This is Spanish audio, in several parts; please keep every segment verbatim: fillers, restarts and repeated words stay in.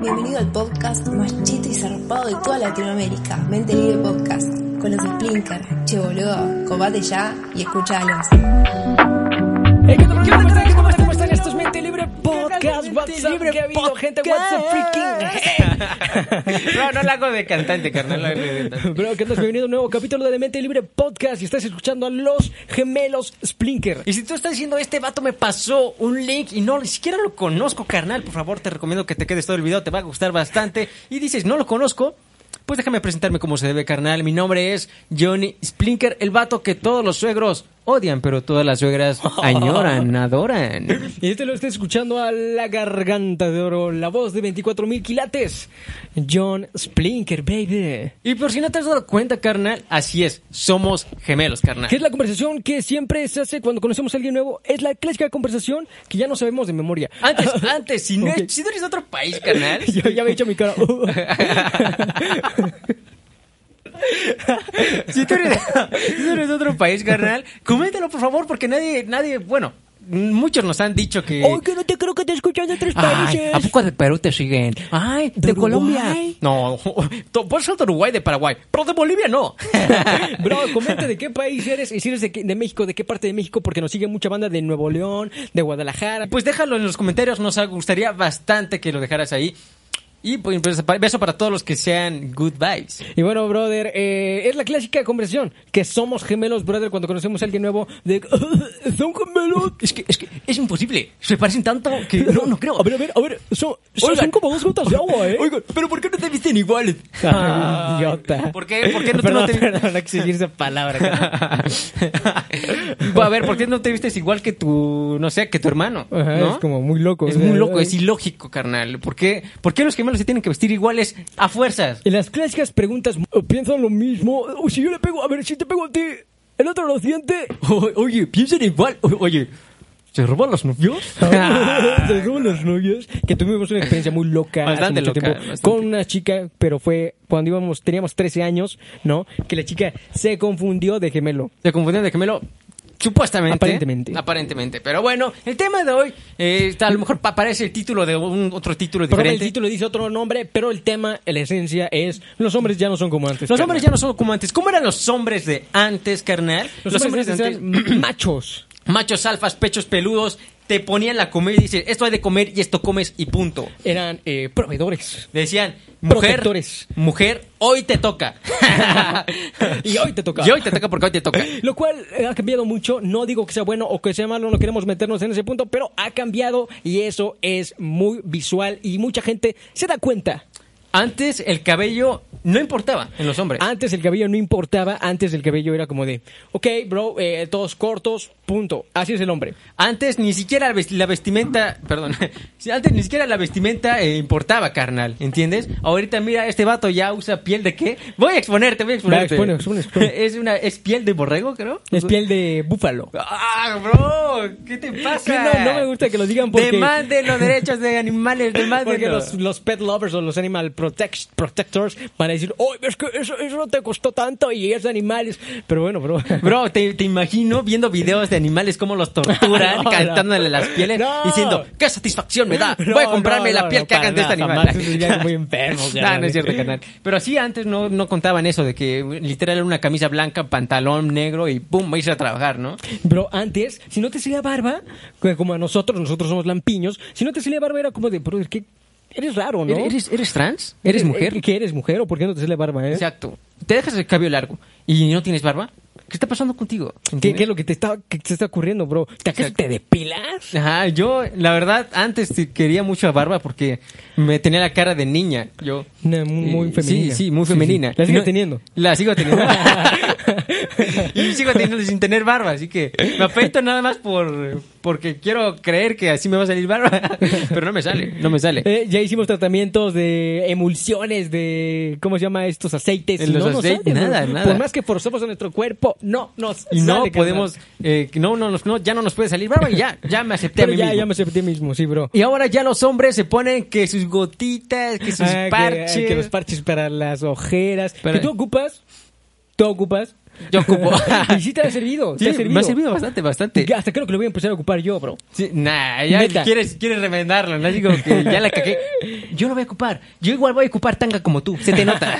Bienvenido al podcast más cheto y zarpado de toda Latinoamérica, Mente Libre Podcast, con los Splinker. Che boludo, copate ya y escuchalos. Hey, ¿qué onda, ¿Qué onda, ¿Qué ¿Cómo están? ¿Cómo están? Esto es Mente Libre Podcast, WhatsApp, ¿qué ha habido, gente? WhatsApp freaking. No, no la hago de cantante, carnal. No de cantante. Bro, ¿qué onda? Bienvenido a un nuevo capítulo de Mente Libre Podcast y estás escuchando a los gemelos Splinker. Y si tú estás diciendo, este vato me pasó un link y no, ni siquiera lo conozco, carnal, por favor, te recomiendo que te quedes todo el video, te va a gustar bastante. Y dices, no lo conozco, pues déjame presentarme como se debe, carnal. Mi nombre es Johnny Splinker, el vato que todos los suegros odian, pero todas las suegras añoran, adoran. Y este lo está escuchando a la garganta de oro, la voz de veinticuatro mil quilates, John Splinker, baby. Y por si no te has dado cuenta, carnal, así es, somos gemelos, carnal. ¿Qué es la conversación que siempre se hace cuando conocemos a alguien nuevo? Es la clásica conversación que ya no sabemos de memoria. Antes, antes, si no, Okay. si no eres de otro país, carnal. Yo ya me he hecho mi cara. Si tú, eres, si tú eres de otro país, carnal, coméntalo, por favor, porque nadie, nadie, bueno, muchos nos han dicho que... ¡Ay, que no te creo que te escuchan de otros países! Ay, ¿a poco de Perú te siguen? Ay, de, ¿De Colombia. Uruguay? No, por eso de Uruguay, de Paraguay, pero de Bolivia no. Bro, comenta de qué país eres y si eres de, qué- de México, de qué parte de México, porque nos sigue mucha banda de Nuevo León, de Guadalajara. Pues déjalo en los comentarios, nos gustaría bastante que lo dejaras ahí. Y pues, beso para todos los que sean good vibes. Y bueno, brother, eh, es la clásica conversación que somos gemelos, brother, cuando conocemos a alguien nuevo, de son gemelos. Es que, es que es imposible, se parecen tanto que no, no creo. A ver, a ver, a ver, son, son, Oigan. son como dos gotas de agua, ¿eh? Oigan, pero ¿por qué no te visten iguales? Ay, idiota. ¿Por qué? ¿Por qué no, tú Perdón, no te... perdón, no exigir esa palabra. A ver, ¿por qué no te vistes igual que tu, no sé, que tu hermano? Ajá, ¿no? es como muy loco. Es muy loco, es ilógico, carnal. ¿Por qué, ¿Por qué los gemelos se tienen que vestir iguales a fuerzas? En las clásicas preguntas, oh, ¿piensan lo mismo? O si yo le pego, a ver, si te pego a ti, ¿el otro lo siente? O- oye, piensan igual. O- oye, ¿se roban los novios? Se roban los novios. Que tuvimos una experiencia muy loca. hace Bastante mucho loca, tiempo bastante. con una chica, pero fue cuando íbamos, teníamos trece años, ¿no? Que la chica se confundió de gemelo. Se confundieron de gemelo. Supuestamente. Aparentemente. Aparentemente. Pero bueno, el tema de hoy, eh, a lo mejor aparece el título de un otro título Pero el diferente. título dice otro nombre, pero el tema, la esencia es: los hombres ya no son como antes. Los hombres ya no son como antes. ¿Cómo eran los hombres de antes, carnal? Los, hombres, eran machos. Machos alfas, pechos peludos, te ponían la comer y dices, esto hay de comer y esto comes y punto. Eran eh, proveedores. Decían, mujer, Protectores. mujer, hoy te toca. Y hoy te toca. Y hoy te toca porque hoy te toca. Lo cual eh, ha cambiado mucho. No digo que sea bueno o que sea malo, no queremos meternos en ese punto, pero ha cambiado y eso es muy visual y mucha gente se da cuenta. Antes el cabello no importaba en los hombres. Antes el cabello no importaba, antes el cabello era como de, ok, bro, eh, todos cortos, punto. Así es el hombre. Antes ni siquiera la vest- la vestimenta, perdón, si antes ni siquiera la vestimenta eh, importaba, carnal, ¿entiendes? Ahorita mira, este vato ya usa piel de qué? Voy a exponerte, voy a exponerte. Va, expone, expone, expone. Es una es piel de borrego, creo. Es piel de búfalo. Ah, bro, ¿qué te pasa? Que no, no me gusta que lo digan porque... Demanden los derechos de animales, demanden Porque los, los pet lovers o los animal protect- protectors van a decir, oh, es que eso, eso no te costó tanto y es de animales. Pero bueno, bro. Bro, te, te imagino viendo videos de animales cómo los torturan, No, cantándole las pieles, No. diciendo, qué satisfacción me da, No, voy a comprarme no, la no, piel no, que para hagan de este nada, animal. jamás, eso sería muy enfermo, No, carnal. no es cierto, carnal. Pero sí, antes no, no contaban eso de que literal era una camisa blanca, pantalón negro y pum, va a irse a trabajar, ¿no? Bro, antes, si no te salía barba, que como a nosotros, nosotros somos lampiños, si no te salía barba era como de, bro, ¿qué? Eres raro, ¿no? ¿Eres, eres trans? ¿Eres mujer? ¿Que eres mujer o por qué no te sale barba, eh? Exacto. ¿Te dejas el cabello largo y no tienes barba? ¿Qué está pasando contigo? ¿Qué, qué es lo que te está, que te está ocurriendo, bro? ¿Te, acaso Exacto. te depilas? Ajá, yo, la verdad, antes sí quería mucho a barba porque me tenía la cara de niña. Yo. No, muy, muy Eh, femenina. Sí, sí, muy femenina. La sigues No, teniendo. La sigo teniendo. Y sigo teniendo sin tener barba, así que me afeito nada más por porque quiero creer que así me va a salir barba. Pero no me sale, no me sale. Eh, ya hicimos tratamientos de emulsiones, de... ¿Cómo se llama estos aceites? En Y los no nos aceites, sale, bro. nada, nada. Por más que forzamos a nuestro cuerpo, no nos Y no sale, podemos, eh, no, no, no, ya no nos puede salir barba y ya, ya me acepté Pero a mí ya, mismo. ya me acepté mismo, sí, bro. Y ahora ya los hombres se ponen que sus gotitas, que sus Ah, que- parches. Que, los parches para las ojeras. Pero- ¿Que tú ocupas? ¿Tú ocupas? Yo ocupo. Y sí te ha servido, Sí, te ha servido. me ha servido bastante, bastante. Ya, hasta creo que lo voy a empezar a ocupar yo, bro. Sí, nah, ya Neta. quieres, quieres remendarlo, ¿no? Digo que ya la cagué. Yo lo voy a ocupar. Yo igual voy a ocupar tanga como tú. Se te nota.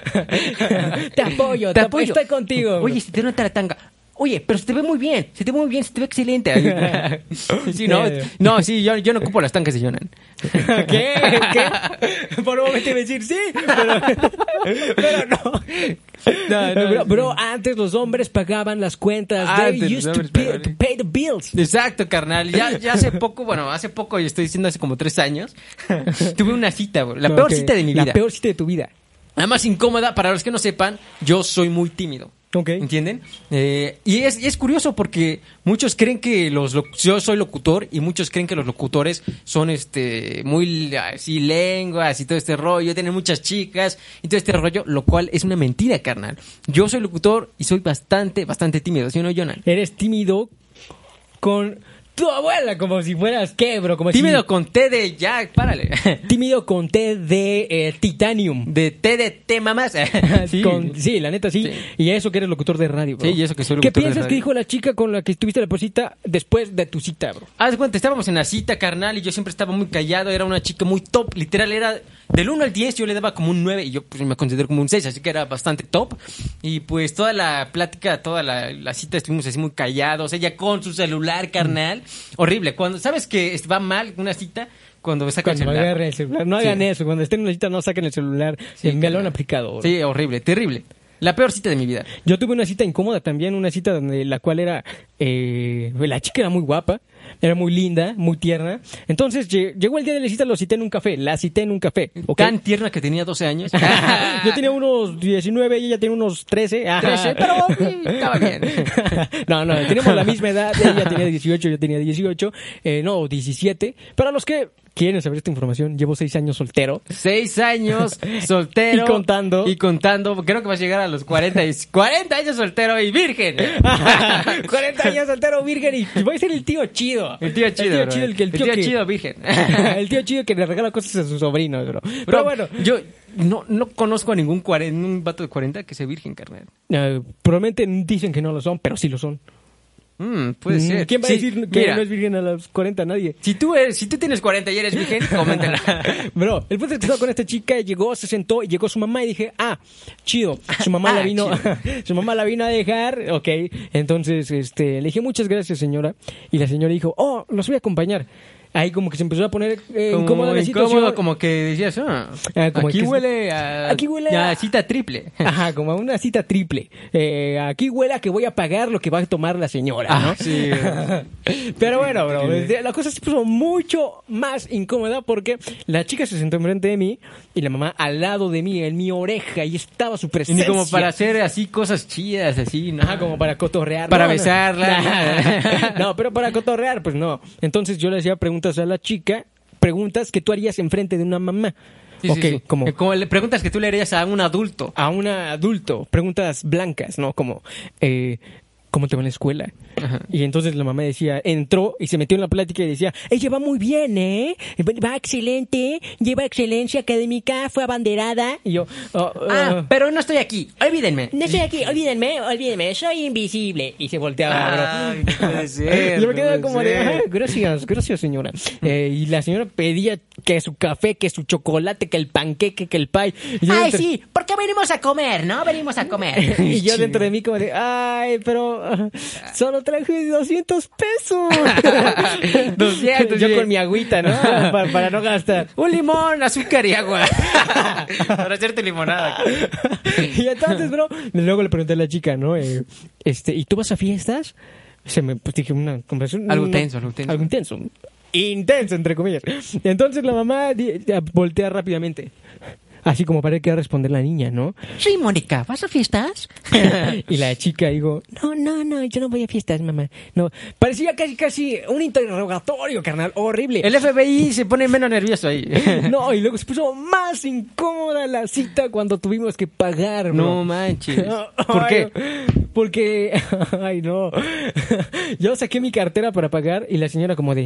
Te apoyo, te apoyo. Estoy contigo. bro. Oye, se te nota la tanga. Oye, pero se te ve muy bien. Se te ve muy bien, se te ve excelente. Sí, no, no, sí, yo, yo no ocupo las tangas de Jonan. ¿Qué? ¿Qué? Por un momento iba a decir sí, pero, pero no. No, no, bro, bro, antes los hombres pagaban las cuentas. Antes They los used to hombres pay, pagaban. to pay the bills. Exacto, carnal. Ya, ya hace poco, bueno, hace poco, y estoy diciendo hace como tres años, tuve una cita, bro. La peor Ok, cita de mi vida. La peor cita de tu vida. La más incómoda, para los que no sepan, yo soy muy tímido. Ok. ¿Entienden? Eh, y, es, y es curioso porque muchos creen que los loc- yo soy locutor y muchos creen que los locutores son este muy así lenguas y todo este rollo, tienen muchas chicas y todo este rollo, lo cual es una mentira, carnal. Yo soy locutor y soy bastante, bastante tímido, ¿sí o no, Jonan? Eres tímido con tu abuela, como si fueras qué, bro. Como Tímido si... con té de ya, párale. Tímido con té de eh, titanium. De té de té, mamás. Sí. Con, sí, la neta sí. Sí. Y eso que eres locutor de radio, bro. Sí, y eso que soy ¿Qué locutor de piensas radio. que dijo la chica con la que estuviste la cita después de tu cita, bro? Haz de cuenta, estábamos en la cita, carnal, y yo siempre estaba muy callado. Era una chica muy top, literal, era del uno al diez, yo le daba como un nueve y yo pues me considero como un seis, así que era bastante top. Y pues toda la plática, toda la, la cita estuvimos así muy callados, ella con su celular, carnal. Horrible, cuando sabes que va mal una cita, cuando saca el Cuando celular. agarren el celular. No hagan Sí. eso. Cuando estén en una cita, no saquen el celular. Sí, me lo han carnal. aplicado, bro. Sí, horrible, terrible. La peor cita de mi vida. Yo tuve una cita incómoda también, una cita donde la cual era, eh, la chica era muy guapa, era muy linda, muy tierna. Entonces lle- llegó el día de la cita, lo cité en un café, la cité en un café. ¿ok? Tan tierna que tenía doce años. Yo tenía unos diecinueve y ella tenía unos trece. Ajá. trece, pero sí, estaba bien. No, no, tenemos la misma edad. Ella tenía dieciocho, yo tenía dieciocho. Eh, no, diecisiete. Para los que quieren saber esta información, llevo seis años soltero. Seis años soltero. Y contando. Y contando. Creo que vas a llegar a los cuarenta. Y, cuarenta años soltero y virgen. cuarenta años soltero, virgen, y voy a ser el tío chido. El tío chido, El tío bro. chido, el, que- el El tío tío que- chido, virgen. El tío chido que le regala cosas a sus sobrinos, bro. Pero, Pero bueno, yo no, no conozco a ningún cuare- un vato de cuarenta que sea virgen, carnal. eh, probablemente dicen que no lo son, pero sí lo son. Mm, puede Mm, ser. ¿Quién va Sí, a decir que mira, no es virgen a los cuarenta? Nadie. si tú, eres, si tú tienes cuarenta y eres virgen, coméntala. Bro, el punto es que estaba con esta chica, llegó, se sentó y llegó su mamá y dije, ah, chido. Su mamá Ah, la vino, chido. su mamá la vino a dejar, ok. Entonces, este, le dije muchas gracias, señora. Y la señora dijo, oh, los voy a acompañar. Ahí como que se empezó a poner eh, Como incómoda la incómodo, situación. como que decías, ah, Ah, como aquí que- huele a... aquí huele a- cita triple. Ajá, como a una cita triple. Eh, aquí huele a que voy a pagar lo que va a tomar la señora, ¿no? Ah, sí. Pero bueno, bro, la cosa se puso mucho más incómoda porque la chica se sentó enfrente de mí y la mamá al lado de mí, en mi oreja, y estaba su Y presencia. ni como para hacer así cosas chidas, así, ¿no? Ajá, como para cotorrear. Para No, no. besarla. No, pero para cotorrear, pues no. Entonces yo le hacía preguntas a la chica, preguntas que tú harías enfrente de una mamá. Sí, Ok, sí, sí. como Eh, Como le preguntas que tú le harías a un adulto. a un adulto, preguntas blancas, ¿no? Como, eh, ¿cómo te va en la escuela? Ajá. Y entonces la mamá decía, entró y se metió en la plática y decía, ella va muy bien, ¿eh? Va excelente, lleva excelencia académica, fue abanderada. Y yo, oh, Ah, uh, pero no estoy aquí. Olvídenme. no estoy aquí, olvídenme, olvídenme, soy invisible. Y se volteaba, bro. Ay, no puede ser, Yo me no quedaba puede como de, ser. "Ah, gracias, gracias señora. Eh, y la señora pedía que su café, que su chocolate, que el panqueque, que el pie. Y yo Ay, dentro- sí, porque venimos a comer, ¿no? Venimos a comer. Y yo dentro de mí como de, ay, pero ah, solo traje doscientos pesos. doscientos, Yo sí. con mi agüita, ¿no? Para, para no gastar. Un limón, azúcar y agua. Para hacerte limonada. Y entonces, bro, luego le pregunté a la chica, ¿no? Eh, este, ¿y tú vas a fiestas? Se me pues, dije una conversación. Algo no, tenso, algo tenso. Algo intenso. Intenso, entre comillas. Entonces la mamá di- voltea rápidamente. Así como para que responder la niña, ¿no? Sí, Mónica, ¿vas a fiestas? Y la chica dijo, no, no, no, yo no voy a fiestas, mamá. No, parecía casi, casi un interrogatorio, carnal, horrible. El F B I se pone menos nervioso ahí. No, y luego se puso más incómoda la cita cuando tuvimos que pagar, bro. No manches. ¿Por Ay, qué? Porque, ay, no. Yo saqué mi cartera para pagar y la señora como de,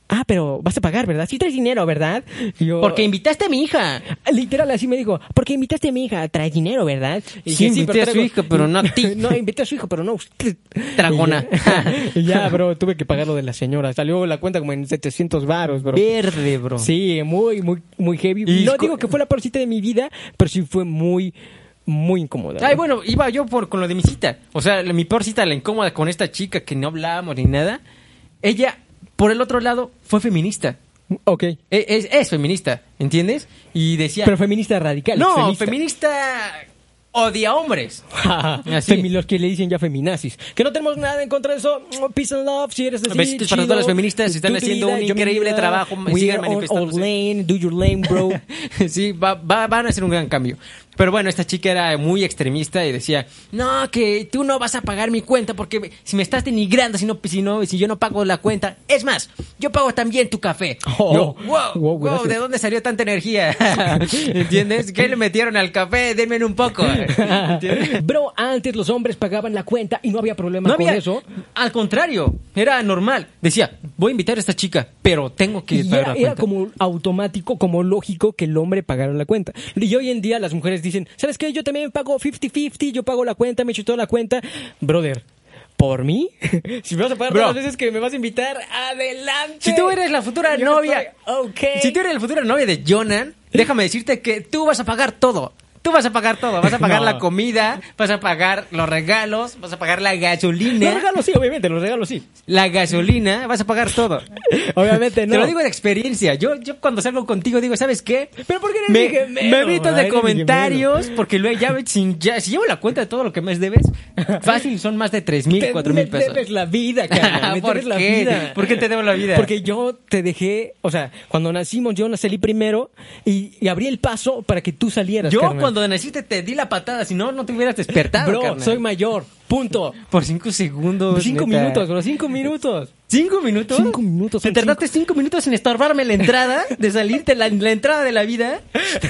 ah, pero vas a pagar, ¿verdad? Sí traes dinero, ¿verdad? Y yo, Porque invitaste a mi hija. literal, así me dijo, porque invitaste a mi hija, traes dinero, ¿verdad? Y Sí, dije, invité pero a su traigo- hija, pero no a ti. No, invité a su hijo, pero no a usted. Dragona. Y ya, y ya, bro, tuve que pagar lo de la señora. Salió la cuenta como en setecientos varos, bro. Verde, bro. Sí, muy, muy, muy heavy. Y no cu- digo que fue la peor cita de mi vida, pero sí fue muy, muy incómoda. Ay, bro. bueno, iba yo por con lo de mi cita. O sea, la- mi peor cita, la incómoda con esta chica que no hablábamos ni nada. Ella, por el otro lado, fue feminista. Ok. E- Es, es feminista, ¿entiendes? Y decía... Pero feminista radical. no, extremista. feminista odia hombres. Así. Femi- los que le dicen ya feminazis. Que no tenemos nada en contra de eso. Peace and love. Si eres así, Besitos para chido. todas las feministas. Están Tú tu haciendo vida, un yo mi increíble vida. trabajo. We Sigan are on our manifestándose. lane. Do your lane, bro. Sí, va- va- van a hacer un gran cambio. Pero bueno, esta chica era muy extremista y decía, no, que tú no vas a pagar mi cuenta porque si me estás denigrando, si, no, si, no, si yo no pago la cuenta. Es más, yo pago también tu café. Oh, Yo, wow, wow, wow, gracias. ¿de dónde salió tanta energía? ¿Entiendes? ¿Qué le metieron al café? Denme un poco. ¿Entiendes? Bro, antes los hombres pagaban la cuenta y no había problema No con había, eso. al contrario, era normal. Decía, voy a invitar a esta chica, pero tengo que Y pagar era, la era cuenta. como automático, como lógico que el hombre pagara la cuenta. Y hoy en día las mujeres dicen, ¿sabes qué? Yo también pago cincuenta cincuenta, yo pago la cuenta, me echo toda la cuenta. Brother, ¿por mí? Si me vas a pagar Bro. todas las veces que me vas a invitar, adelante. Si tú eres la futura Yo novia, estoy- ok. si tú eres la futura novia de Jonan, déjame decirte que tú vas a pagar todo. Tú vas a pagar todo. Vas a pagar No. la comida, vas a pagar los regalos, vas a pagar la gasolina. Los regalos sí, obviamente, los regalos sí. La gasolina, vas a pagar todo. Obviamente no. Te lo digo de experiencia. Yo, yo cuando salgo contigo digo, ¿sabes qué? Pero ¿por qué eres Me, mi gemelo? me evitas de Eres mi comentarios porque luego ya, sin, ya si llevo la cuenta de todo lo que me debes, fácil son más de tres mil, Te- cuatro mil me pesos. debes la vida, carnal. Me ¿Por debes la qué? vida. ¿Por qué te debo la vida? Porque yo te dejé, o sea, cuando nacimos yo salí primero y, y abrí el paso para que tú salieras, Yo carnal. cuando naciste te di la patada, si no, no te hubieras despertado, Bro, carnal. soy mayor. Punto. Por cinco segundos. Cinco neta. minutos, bro. Cinco minutos. ¿Cinco minutos? Cinco minutos, ¿Te son tardaste cinco. minutos en estorbarme la entrada? ¿De salirte la, la entrada de la vida?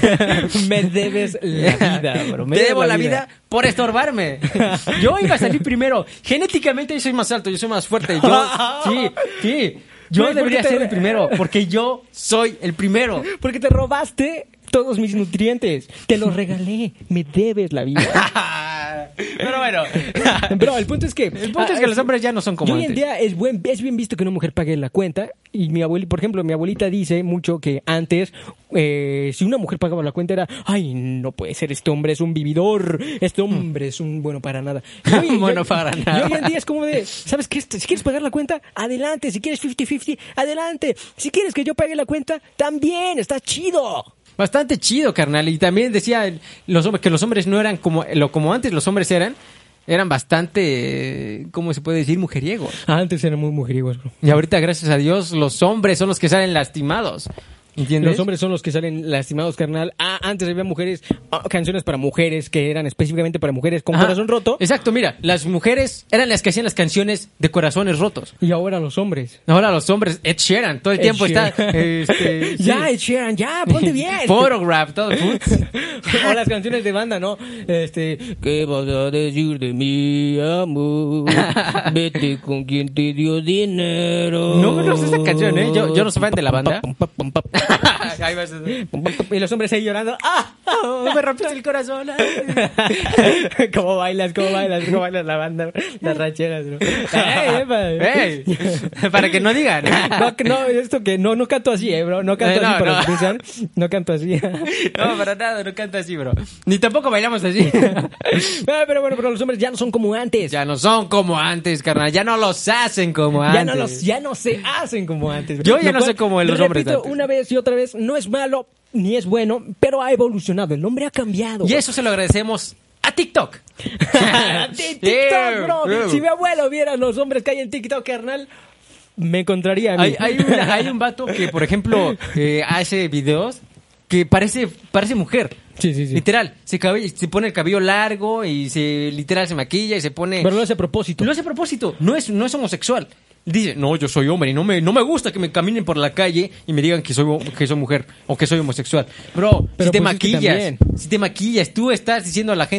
Me debes la vida, bro. Me Te debes debo la vida por estorbarme. Yo iba a salir primero. Genéticamente yo soy más alto, yo soy más fuerte. Yo, sí, sí. Yo Güey, ¿por debería qué te- ser el primero, porque yo soy el primero. Porque te robaste todos mis nutrientes. Te los regalé. Me debes la vida. Pero bueno. Bro, el punto es que... El punto ah, es que los hombres ya no son como y hoy en antes. día es, buen, es bien visto que una mujer pague la cuenta. Y mi abuelita, por ejemplo, mi abuelita dice mucho que antes, eh, si una mujer pagaba la cuenta era, ay, no puede ser, este hombre es un vividor, este hombre es un bueno para nada. Y hoy- Bueno y- para y nada. hoy en día es como de, ¿sabes qué? Si quieres pagar la cuenta, adelante. Si quieres cincuenta cincuenta, adelante. Si quieres que yo pague la cuenta, también, está chido. Bastante chido, carnal. Y también decía el- los hombres que los hombres no eran como lo como antes los hombres eran, eran bastante, eh, ¿cómo se puede decir? Mujeriegos. Antes eran muy mujeriegos, bro. Y ahorita, gracias a Dios, los hombres son los que salen lastimados. ¿Entiendes? Los hombres son los que salen lastimados, carnal. Ah, antes había mujeres, ah, canciones para mujeres que eran específicamente para mujeres con Ajá. corazón roto. Exacto, mira, las mujeres eran las que hacían las canciones de corazones rotos. Y ahora los hombres. Ahora los hombres, Ed Sheeran, todo el Ed tiempo Sheeran. está... este, sí. Ya, Ed Sheeran, ya, ponte bien. Photograph, todo. putz. O las canciones de banda, ¿no? Este, ¿qué vas a decir de mi amor? Vete con quien te dio dinero. No conoces esa canción, ¿eh? Yo- yo no soy fan de la banda. Ahí vas. Y los hombres ahí llorando. ¡Ah! Oh, me rompiste el corazón. ¿Cómo bailas? ¿Cómo bailas? ¿Cómo bailas la banda? Las rancheras, bro. ¡Ey, epa! Ey, para que no digan. No, que no, esto que no, no canto así, eh, bro. No canto Eh, no, así para no. los que piensan. No canto así. No, para nada, no canta así, bro. Ni tampoco bailamos así. Ah, pero bueno, pero los hombres ya no son como antes. Ya no son como antes, carnal. Ya no los hacen como Ya antes. no, los, ya no se hacen como antes. Yo ya Lo no sé cómo los hombres de repito antes. una vez y otra vez, no es malo ni es bueno, pero ha evolucionado. El hombre ha cambiado. Y eso se lo agradecemos a TikTok. TikTok, Yeah, bro. yeah. Si mi abuelo viera los hombres que hay en TikTok, carnal, me encontraría a mí. Hay, hay, una- hay un vato que, por ejemplo, eh, hace videos que parece, parece mujer. Sí, sí, sí. Literal, se, cabe- se pone el cabello largo y se literal se maquilla y se pone... Pero lo hace a propósito. Lo hace a propósito, no es, no es homosexual. Dice, no, yo soy hombre y no me, no me gusta que me caminen por la calle y me digan que soy, que soy mujer o que soy homosexual. Bro, Pero si te pues es que maquillas, también. si te maquillas, tú estás diciendo a la gente,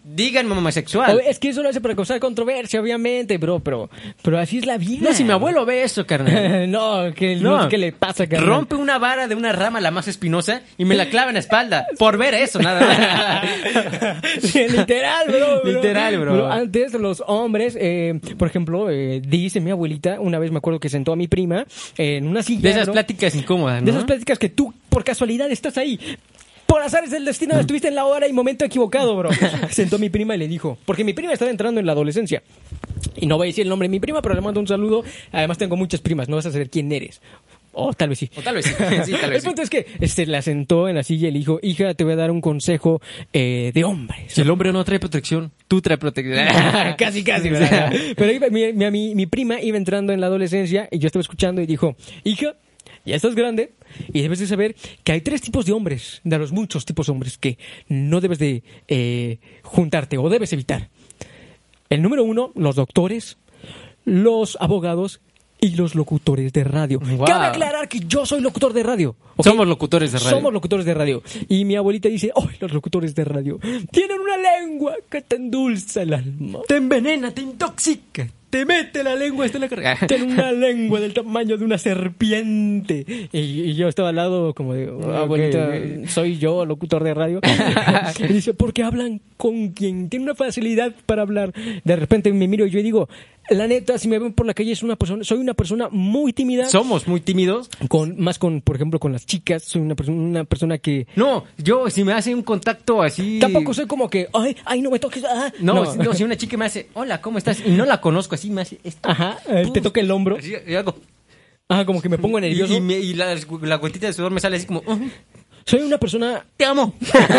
díganme homosexual. O- Es que eso lo hace para causar controversia, obviamente, bro, pero, pero así es la vida. No, si mi abuelo ve eso, carnal. no, que no, No, ¿qué le pasa, carnal? Rompe una vara de una rama la más espinosa y me la clava en la espalda. Por ver eso, nada más. Sí, literal, bro, bro. Literal, bro. Antes los hombres, eh, por ejemplo, eh, dice mi abuelita, una vez me acuerdo que sentó a mi prima en una silla. De esas bro, pláticas incómodas, ¿no? de esas pláticas que tú, por casualidad, estás ahí. Por azares del destino, estuviste en la hora y momento equivocado, bro. Sentó mi prima y le dijo, porque mi prima estaba entrando en la adolescencia. Y no voy a decir el nombre de mi prima, pero le mando un saludo. Además tengo muchas primas, no vas a saber quién eres. O tal vez sí. O tal vez sí. Sí, tal El vez sí. punto es que este, la sentó en la silla y le dijo, hija, te voy a dar un consejo eh, de hombres. Si el hombre no trae protección, tú traes protección. casi, casi, ¿verdad? Pero iba- mi, mi, mi, mi prima iba entrando en la adolescencia y yo estaba escuchando y dijo, hija, ya estás grande y debes de saber que hay tres tipos de hombres, de los muchos tipos de hombres que no debes de eh, juntarte o debes evitar. El número uno, los doctores, los abogados y los locutores de radio. Wow. Cabe aclarar que yo soy locutor de radio. ¿ok? Somos locutores de radio. Somos locutores de radio. Y mi abuelita dice, ¡ay, los locutores de radio! Tienen una lengua que te endulza el alma. Te envenena, te intoxica, te mete la lengua hasta la carga. Tienen una lengua del tamaño de una serpiente. Y, y yo estaba al lado como de, "Oh, abuelita, ok. soy yo, locutor de radio. Y dice, porque hablan con quien tiene una facilidad para hablar. De repente me miro y yo digo, la neta, si me ven por la calle, es una persona, soy una persona muy tímida. Somos muy tímidos. Con, más con, por ejemplo, con las chicas. Soy una persona, una persona que... No, yo si me hace un contacto así... Tampoco soy como que, ay, ay, no me toques. Ah. No, si- no, si una chica me hace, hola, ¿cómo estás? Y no la conozco, así me hace esto. Ajá, eh, te toca el hombro. Así, y hago. Ajá, como que me pongo Y, nervioso. y, me- y la, la gotita de sudor me sale así como, "Ujú, Soy una persona... te amo.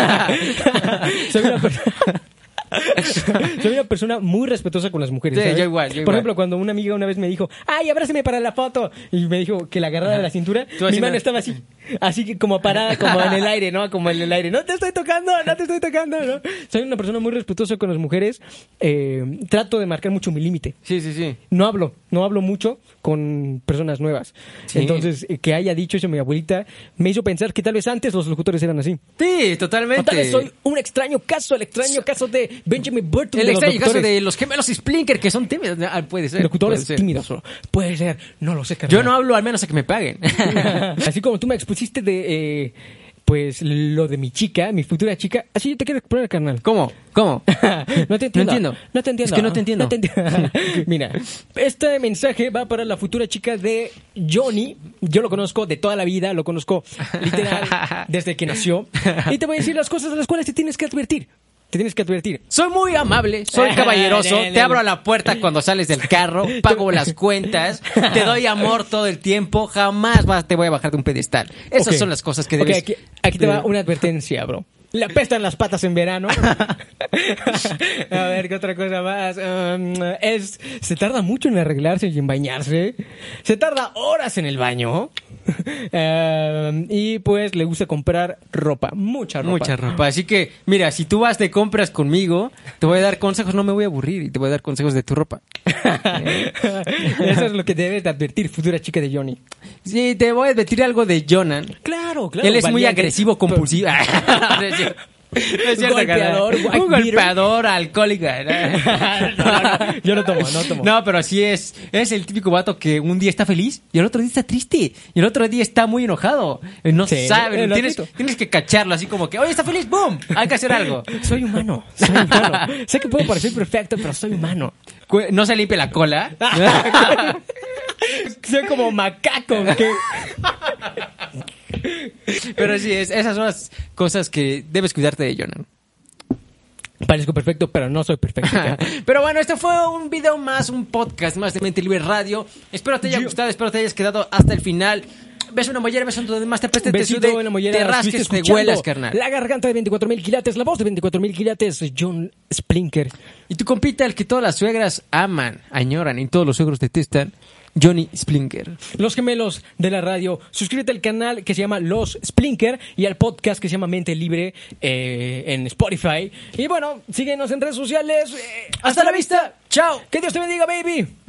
soy una persona... Soy una persona muy respetuosa con las mujeres. Sí, ¿sabes? yo igual, yo Por igual. ejemplo, cuando una amiga una vez me dijo, ay, abrázame para la foto, y me dijo que la agarrara de la cintura, Tú mi así mano no- estaba así, así que como parada, como en el aire, ¿no? Como en el aire. No te estoy tocando, no te estoy tocando, ¿no? Soy una persona muy respetuosa con las mujeres. Eh, trato de marcar mucho mi límite. Sí, sí, sí. No hablo, no hablo mucho con personas nuevas. Sí. Entonces, eh, que haya dicho eso mi abuelita me hizo pensar que tal vez antes los locutores eran así. Sí, totalmente. O tal vez soy un extraño caso, el extraño caso de Benjamin Burton. El de los extraño caso locutores. de los gemelos Splinker, que son tímidos. Ah, puede ser. Locutores puede ser. tímidos, bro. Puede ser, no lo sé, Yo carnal. no hablo al menos a que me paguen. Así como tú me expusiste de, eh, pues, lo de mi chica, mi futura chica, así yo te quiero exponer, carnal. ¿Cómo? ¿Cómo? No te entiendo. No entiendo. No te entiendo. Es que no te entiendo. No te entiendo. Mira, este mensaje va para la futura chica de Johnny. Yo lo conozco de toda la vida, lo conozco literal desde que nació. Y te voy a decir las cosas de las cuales te tienes que advertir. Te tienes que advertir. Soy muy amable, soy caballeroso, te abro la puerta cuando sales del carro, pago las cuentas, te doy amor todo el tiempo, jamás vas- te voy a bajar de un pedestal. Esas Ok. son las cosas que Ok, debes... aquí, aquí te va una advertencia, bro. Le apestan las patas en verano. A ver, ¿qué otra cosa más? Um, es, se tarda mucho en arreglarse y en bañarse. Se tarda horas en el baño. Um, y pues le gusta comprar ropa. Mucha ropa. Mucha ropa. Así que, mira, si tú vas de compras conmigo, te voy a dar consejos, no me voy a aburrir y te voy a dar consejos de tu ropa. Eso es lo que debes de advertir, futura chica de Johnny. Sí, te voy a advertir algo de Jonan. Claro, claro. Él es muy valiente. agresivo, compulsivo. No es cierto. No es cierto, Golpeador, carnal. white Un beater. golpeador, alcohólico. No, no, no, yo no tomo, no tomo. No, pero así es. Es el típico vato que un día está feliz y el otro día está triste. Y el otro día está muy enojado. Eh, No Sí, sabe. lo Tienes, admito. tienes que cacharlo así como que, oye, está feliz, ¡boom! Hay que hacer algo. Soy humano, soy humano. Sé que puedo parecer perfecto, pero soy humano. Cu- No se limpia la cola. Soy como macaco. ¿Qué? Pero sí, es, esas son las cosas que debes cuidarte de, Jonan. Parezco perfecto, pero no soy perfecto. Pero bueno, este fue un video más, un podcast más de Mente Libre Radio. Espero te haya Yo- gustado, espero te hayas quedado hasta el final. Ves una mollera, ves donde más te preste, te Besito sude, en la mollera, te rasques, estuviste te escuchando huelas, carnal. La garganta de veinticuatro mil quilates, la voz de veinticuatro mil quilates, John Splinker. Y tu compita, el que todas las suegras aman, añoran y todos los suegros detestan, Johnny Splinker. Los gemelos de la radio. Suscríbete al canal que se llama Los Splinker y al podcast que se llama Mente Libre eh, en Spotify. Y bueno, síguenos en redes sociales. Eh, ¡Hasta la vista! ¡Chao! Que Dios te bendiga, baby.